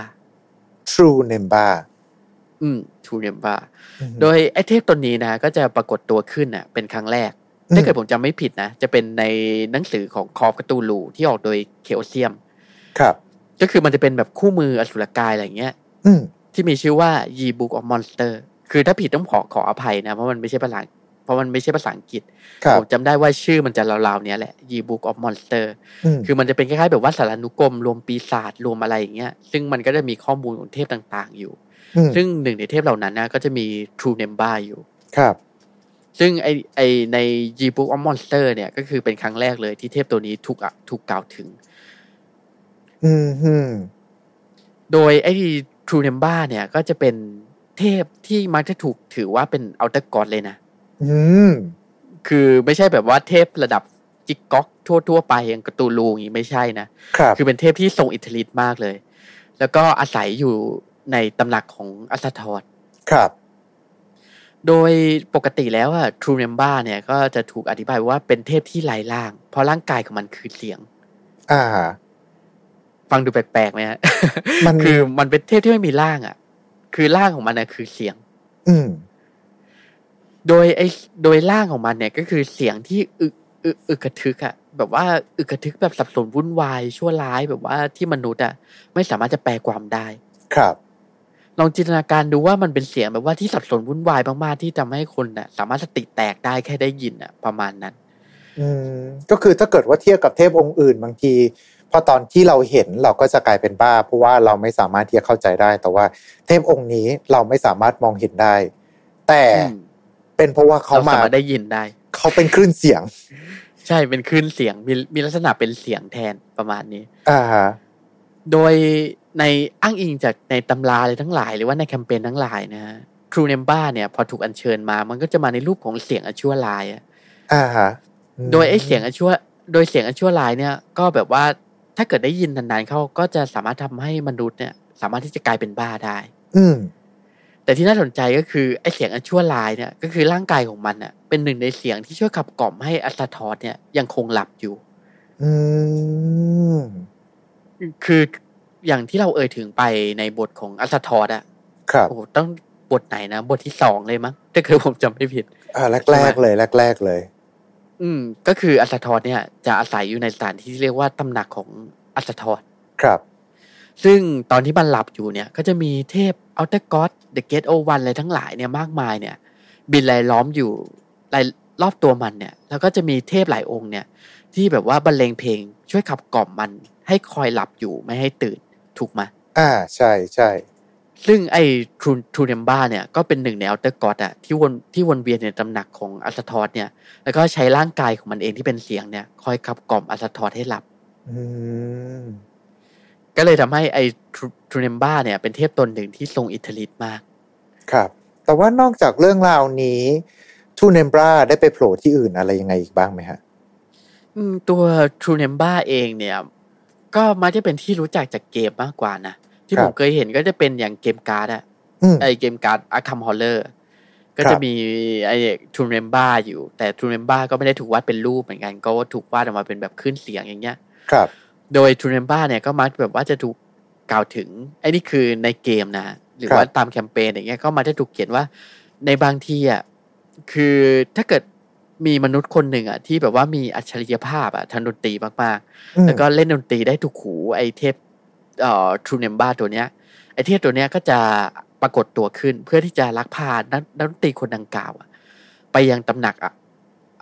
True Nemba อืม True Nemba โดยไอเทพตนนี้นะก็จะปรากฏตัวขึ้นน่ะเป็นครั้งแรกถ้าเกิดผมจำไม่ผิดนะจะเป็นในหนังสือของคอฟการ์ตูลูที่ออกโดยเคโอเซียมครับก็คือมันจะเป็นแบบคู่มืออสุรกายอะไรเงี้ยที่มีชื่อว่า Ye Book of Monster คือถ้าผิดต้องขอขออภัยนะเพราะมันไม่ใช่ภาษาเพราะมันไม่ใช่ภาษาอังกฤษผมจำได้ว่าชื่อมันจะราวๆเนี้ยแหละ Ye Book of Monster คือมันจะเป็นคล้ายๆแบบว่าสารานุกรมรวมปีศาจรวมอะไรอย่างเงี้ยซึ่งมันก็จะมีข้อมูลของเทพต่างๆอยู่ซึ่งหนึ่งในเทพเหล่านั้นนะก็จะมี True Nemba อยู่ครับซึ่งไอไอใน Ye Book of Monster เนี่ยก็คือเป็นครั้งแรกเลยที่เทพตัวนี้ถูกถูกกล่าวถึงอืมฮึโดยไอ้ True Nemba เนี่ยก็จะเป็นเทพที่มักจะถูกถือว่าเป็น Outer God เลยนะอืมคือไม่ใช่แบบว่าเทพระดับจิกก๊อกทั่วๆไปอย่างกตูลูอย่างนี้ไม่ใช่นะครับ คือเป็นเทพที่ทรงอิทธิฤทธิ์มากเลยแล้วก็อาศัยอยู่ในตำหนักของอัสซาทอธครับโดยปกติแล้วอะ True Nemba เนี่ยก็จะถูกอธิบายว่าเป็นเทพที่ไร้ร่างเพราะร่างกายของมันคือเสียงอ่าฟังดูแปลกๆไหมฮะ มันคือมันเป็นเทพที่ไม่มีร่างอ่ะคือร่างของมันน่ะคือเสียงอืมโดยไอ้โดยร่างของมันเนี่ยก็คือเสียงที่อึอึอึกระทึกอ่ะแบบว่าอึกระทึกแบบสับสนวุ่นวายชั่วร้ายแบบว่าที่มนุษย์อ่ะไม่สามารถจะแปลความได้ครับลองจินตนาการดูว่ามันเป็นเสียงแบบว่าที่สับสนวุ่นวายมากๆที่ทำให้คนน่ะสามารถสติแตกได้แค่ได้ยินอ่ะประมาณนั้นอืมก็คือถ้าเกิดว่าเทียบกับเทพองค์อื่นบางทีพอตอนที่เราเห็นเราก็จะกลายเป็นบ้าเพราะว่าเราไม่สามารถที่จะเข้าใจได้แต่ว่าเทพองค์นี้เราไม่สามารถมองเห็นได้แต่เป็นเพราะว่าเขามาได้ยินได้เขาเป็นคลื่นเสียงใช่เป็นคลื่นเสียงมีมีลักษณะเป็นเสียงแทนประมาณนี้อ่าฮะโดยในอ้างอิงจากในตำราอะไรทั้งหลายหรือว่าในแคมเปญทั้งหลายนะฮะ True Nemba เนี่ยพอถูกอัญเชิญมามันก็จะมาในรูปของเสียงอัชั่วร้ายอ่ะอ่าฮะโดยไอ้เสียงอัชั่วโดยเสียงอัชั่วร้ายเนี่ยก็แบบว่าถ้าเกิดได้ยินนานๆเข้าก็จะสามารถทำให้มนุษย์เนี่ยสามารถที่จะกลายเป็นบ้าได้อืมแต่ที่น่าสนใจก็คือไอ้เสียงอันชั่วร้ายเนี่ยก็คือร่างกายของมันน่ะเป็นหนึ่งในเสียงที่ช่วยขับกล่อมให้อัสซาทอธเนี่ยยังคงหลับอยู่อืมคืออย่างที่เราเอ่ยถึงไปในบทของอัสซาทอธอ่ะครับโอ้ต้องบทไหนนะบทที่สองเลยมั้งถ้าเกิดผมจำไม่ผิดอ่าแรกๆเลยแรกๆเลยอืมก็คืออัสซาทอธเนี่ยจะอาศัยอยู่ในสถานที่ที่เรียกว่าตำหนักของอัสซาทอธครับซึ่งตอนที่มันหลับอยู่เนี่ยก็จะมีเทพอัลเทอร์ก็อดเดอะเกตโอวันอะไรทั้งหลายเนี่ยมากมายเนี่ยบินรายล้อมอยู่รายรอบตัวมันเนี่ยแล้วก็จะมีเทพหลายองค์เนี่ยที่แบบว่าบรรเลงเพลงช่วยขับกล่อมมันให้คอยหลับอยู่ไม่ให้ตื่นถูกไหมอ่าใช่ใช่ซึ่งไอ้ทรูทรูเนมบ้าเนี่ยก็เป็นหนึ่งในอัลเทอร์ก็อดอะที่วนที่วนเวียนในตำหนักของอัสซาทอธเนี่ยแล้วก็ใช้ร่างกายของมันเองที่เป็นเสียงเนี่ยคอยขับกล่อมอัสซาทอธให้หลับอืมก็เลยทำให้ไอ้ทรูเนมบ้าเนี่ยเป็นเทพตนหนึ่งที่ทรงอิทธิฤทธิ์มากครับแต่ว่านอกจากเรื่องราวนี้ทรูเนมบ้าได้ไปโผล่ที่อื่นอะไรยังไงอีกบ้างไหมฮะอืมตัวทรูเนมบ้าเองเนี่ยก็มักจะเป็นที่รู้จักจากเกมมากกว่านะที่ผมเคยเห็นก็จะเป็นอย่างเกมการ์ดอะไอเกมการ์ดอาร์คัมฮอลเลอร์ก็จะมีไอทรูเนมบ้าอยู่แต่ทรูเนมบ้าก็ไม่ได้ถูกวาดเป็นรูปเหมือนกันก็ถูกวาดออกมาเป็นแบบคลื่นเสียงอย่างเงี้ยครับโดยทรูเนมบ้าเนี่ยก็มักแบบว่าจะถูกกล่าวถึงไอ้นี่คือในเกมนะหรือว่าตามแคมเปญอย่างเงี้ยก็มาจะถูกเขียนว่าในบางทีอ่ะคือถ้าเกิดมีมนุษย์คนหนึ่งอ่ะที่แบบว่ามีอัจฉริยภาพอ่ะทางดนตรีมากๆแล้วก็เล่นดนตรีได้ถูกหูไอเทพเอ่อทรูเนมบ้าตัวเนี้ยไอเทพตัวเนี้ยก็จะปรากฏตัวขึ้นเพื่อที่จะลักพานักดนตรีคนดังกล่าวไปยังตำหนักอ่ะ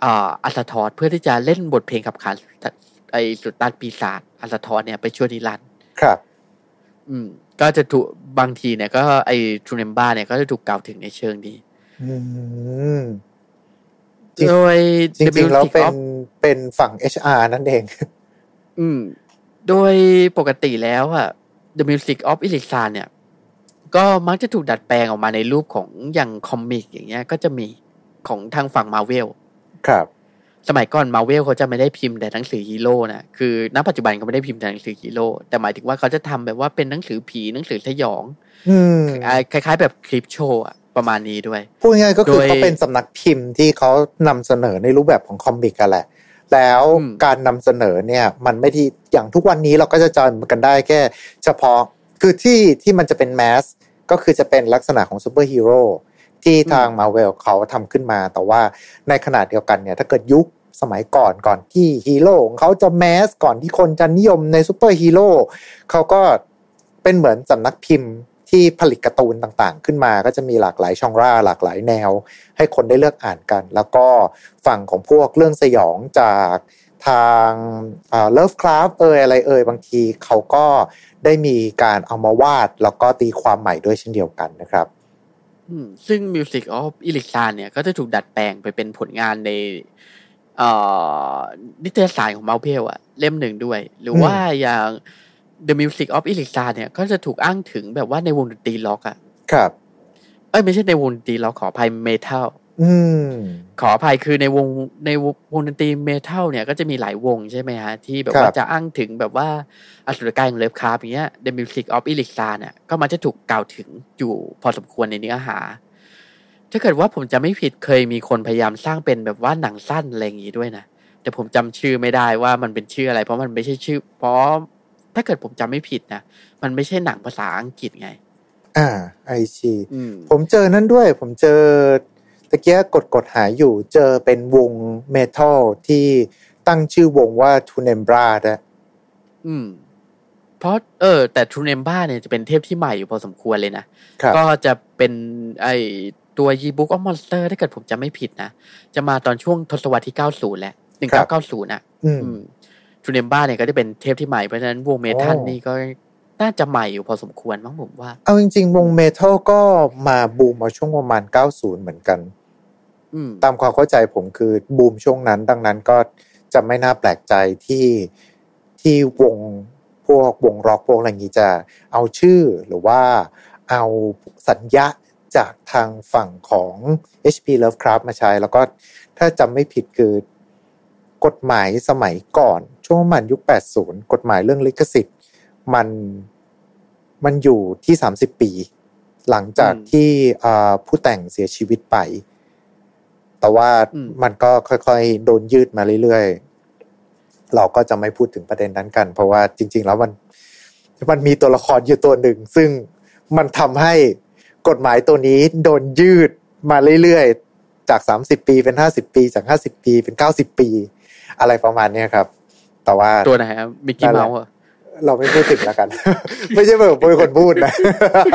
อ่าอัสทอสเพื่อที่จะเล่นบทเพลงขับขานไอ้สุดต้านปีศาจอัสทอสเนี่ยไปช่วยนิรันดร์ครับอืมก็จะถูกบางทีเนี่ยก็ไอ้ทูเนมบ้าเนี่ยก็จะถูกกล่าวถึงในเชิงนี้อืมโดยจริงๆแล้วเป็นเป็นฝั่ง เอช อาร์ นั่นเองอืมโดยปกติแล้วอ่ะ The Music of Elixir เนี่ยก็มักจะถูกดัดแปลงออกมาในรูปของอย่างคอมิกอย่างเงี้ยก็จะมีของทางฝั่ง Marvel ครับสมัยก่อน Marvel เขาจะไม่ได้พิมพ์แต่หนังสือฮีโร่นะคือณปัจจุบันเขาไม่ได้พิมพ์แต่หนังสือฮีโร่แต่หมายถึงว่าเขาจะทำแบบว่าเป็นหนังสือผีหนังสือสยองอืมคล้ายๆแบบคลิปโชว์ประมาณนี้ด้วยพูดง่ายๆก็คือเขาเป็นสำนักพิมพ์ที่เขานำเสนอในรูปแบบของคอมิกกันแหละแล้วการนำเสนอเนี่ยมันไม่ที่อย่างทุกวันนี้เราก็จะจำกันได้แค่เฉพาะคือที่ที่มันจะเป็นแมสก็คือจะเป็นลักษณะของซูเปอร์ฮีโร่ที่ทาง Marvel เขาทำขึ้นมาแต่ว่าในขณะเดียวกันเนี่ยถ้าเกิดยุคสมัยก่อนก่อนที่ฮีโร่ของเขาจะแมสก่อนที่คนจะนิยมในซูเปอร์ฮีโร่เขาก็เป็นเหมือนสำนักพิมพ์ที่ผลิตการ์ตูนต่างๆขึ้นมาก็จะมีหลากหลายช่องร่าหลากหลายแนวให้คนได้เลือกอ่านกันแล้วก็ฝั่งของพวกเรื่องสยองจากทางเอ่อ Lovecraft เอ่ยอะไรเอ่ยบางทีเขาก็ได้มีการเอามาวาดแล้วก็ตีความใหม่ด้วยเช่นเดียวกันนะครับอืมซึ่ง Music of Elixir เนี่ยก็จะถูกดัดแปลงไปเป็นผลงานในเอ่อนิตยสารของ Marvel อ่ะเล่มหนึ่งด้วยหรือว่าอย่าง The Music of Elixir เนี่ยก็จะถูกอ้างถึงแบบว่าในวงดนตรีล็อกอ่ะครับเอ้ยไม่ใช่ในวงดนตรีล็อกขออภัยเมทัลอืมขออภัยคือในวงในวงดนตรีเมทัลเนี่ยก็จะมีหลายวงใช่ไหมฮะที่แบบว่าจะอ้างถึงแบบว่าอสุรกายของเลิฟคราฟอย่างเงี้ย The Music of Elixir เนี่ยก็มันจะถูกกล่าวถึงอยู่พอสมควรในเนื้อหาถ้าเกิดว่าผมจะไม่ผิดเคยมีคนพยายามสร้างเป็นแบบว่าหนังสั้นอะไรอย่างงี้ด้วยนะแต่ผมจำชื่อไม่ได้ว่ามันเป็นชื่ออะไรเพราะมันไม่ใช่ชื่อเพราะถ้าเกิดผมจำไม่ผิดนะมันไม่ใช่หนังภาษาอังกฤษไงอ่าไอซีผมเจอนั่นด้วยผมเจอตะเกียกดกดหาอยู่เจอเป็นวงเมทัลที่ตั้งชื่อวงว่าทูเนมบราด้วยอืมเพราะเออแต่ทูเนมบราเนี่ยจะเป็นเทพที่ใหม่อยู่พอสมควรเลยนะก็จะเป็นไอตัว Yearbook of Monster ถ้าเกิดผมจำไม่ผิดนะจะมาตอนช่วงทศวรรษที่เก้าสิบแหละหนึ่งพันเก้าร้อยเก้าสิบน่ะอืมทูเนมบราเนี่ยก็จะเป็นเทพที่ใหม่เพราะฉะนั้นวงเมทัลนี่ก็น่าจะใหม่อยู่พอสมควรมั้งผมว่าเอาจริงๆวงเมทัลก็มาบูมมาช่วงประมาณเก้าสิบเหมือนกันตามความเข้าใจผมคือบูมช่วงนั้นดังนั้นก็จะไม่น่าแปลกใจที่ที่วงพวกวงร็อกพวกอะไรอย่างนี้จะเอาชื่อหรือว่าเอาสัญญาจากทางฝั่งของ เอช พี Lovecraft มาใช้แล้วก็ถ้าจำไม่ผิดคือกฎหมายสมัยก่อนช่วงประมาณยุคแปดสิบกฎหมายเรื่องลิขสิทธิ์มันมันอยู่ที่สามสิบปีหลังจากที่ผู้แต่งเสียชีวิตไปแต่ว่ามันก็ค่อยๆโดนยืดมาเรื่อยๆเราก็จะไม่พูดถึงประเด็นนั้นกันเพราะว่าจริงๆแล้วมันมันมีตัวละครอยู่ตัวหนึ่งซึ่งมันทำให้กฎหมายตัวนี้โดนยืดมาเรื่อยๆจากสามสิบปีเป็นห้าสิบปีจากห้าสิบปีเป็นเก้าสิบปีอะไรประมาณนี้ครับแต่ว่าตัวไหนครับมิกกี้เมาส์อ่ะเราไม่พูดถึงแล้วกัน ไม่ใช่แบบเป็นคนพูดนะ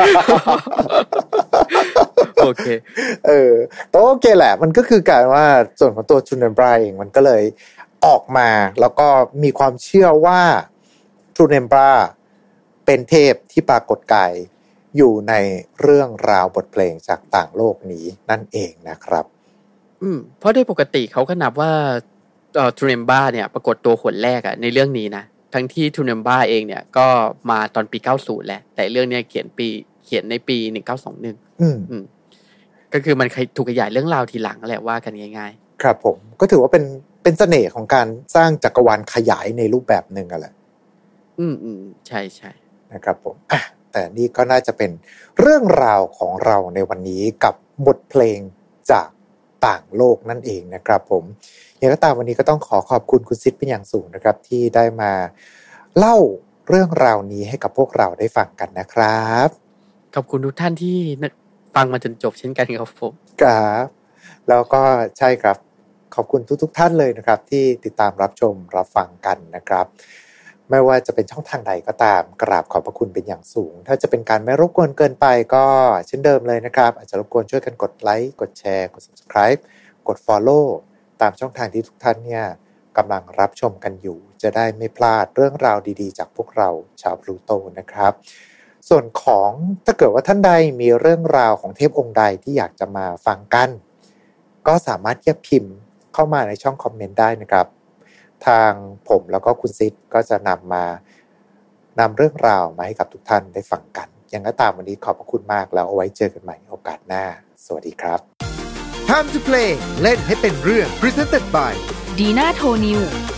โอเคเออแต่โอเคแหละมันก็คือการว่าส่วนของตัวทูเนมบราเองมันก็เลยออกมาแล้วก็มีความเชื่อว่าทูเนมบราเป็นเทพที่ปรากฏกายอยู่ในเรื่องราวบทเพลงจากต่างโลกนี้นั่นเองนะครับอืมเพราะโดยปกติเขาก็นับว่าเอ่อทูเนมบราเนี่ยปรากฏตัวคนแรกอ่ะในเรื่องนี้นะทั้งที่ทูเนมบราเองเนี่ยก็มาตอนปีเก้าสิบแหละแต่เรื่องเนี้ยเขียนปีเขียนในปีหนึ่งพันเก้าร้อยยี่สิบเอ็ดอืมอืมก็คือมันถูกขยายเรื่องราวทีหลังแหละว่ากันง่ายๆครับผมก็ถือว่าเป็นเป็นเสน่ห์ของการสร้างจักรวาลขยายในรูปแบบนึงอ่ะแหละอืมๆใช่ๆนะครับผมอ่ะแต่นี่ก็น่าจะเป็นเรื่องราวของเราในวันนี้กับบทเพลงจากต่างโลกนั่นเองนะครับผมอย่างไรก็ตามวันนี้ก็ต้องขอขอบคุณคุณซิดเป็นอย่างสูงนะครับที่ได้มาเล่าเรื่องราวนี้ให้กับพวกเราได้ฟังกันนะครับขอบคุณทุกท่านที่ฟังมาจนจบเช่นกันครับผมครับแล้วก็ใช่ครับขอบคุณทุกๆท่านเลยนะครับที่ติดตามรับชมรับฟังกันนะครับไม่ว่าจะเป็นช่องทางใดก็ตามกราบขอบพระคุณเป็นอย่างสูงถ้าจะเป็นการไม่รบกวนเกินไปก็เช่นเดิมเลยนะครับอาจจะรบกวนช่วยกันกดไลค์กดแชร์กด Subscribe กด Follow ตามช่องทางที่ทุกท่านเนี่ยกำลังรับชมกันอยู่จะได้ไม่พลาดเรื่องราวดีๆจากพวกเราชาวพลูโตนะครับส่วนของถ้าเกิดว่าท่านใดมีเรื่องราวของเทพองค์ใดที่อยากจะมาฟังกันก็สามารถเยียบพิมพ์เข้ามาในช่องคอมเมนต์ได้นะครับทางผมแล้วก็คุณซิดก็จะนำมานำเรื่องราวมาให้กับทุกท่านได้ฟังกันยังไงตามวันนี้ขอบพระคุณมากแล้วเอาไว้เจอกันใหม่โอกาสหน้าสวัสดีครับ Time to play เล่นให้เป็นเรื่อง Presented by ดีน่าโทนิว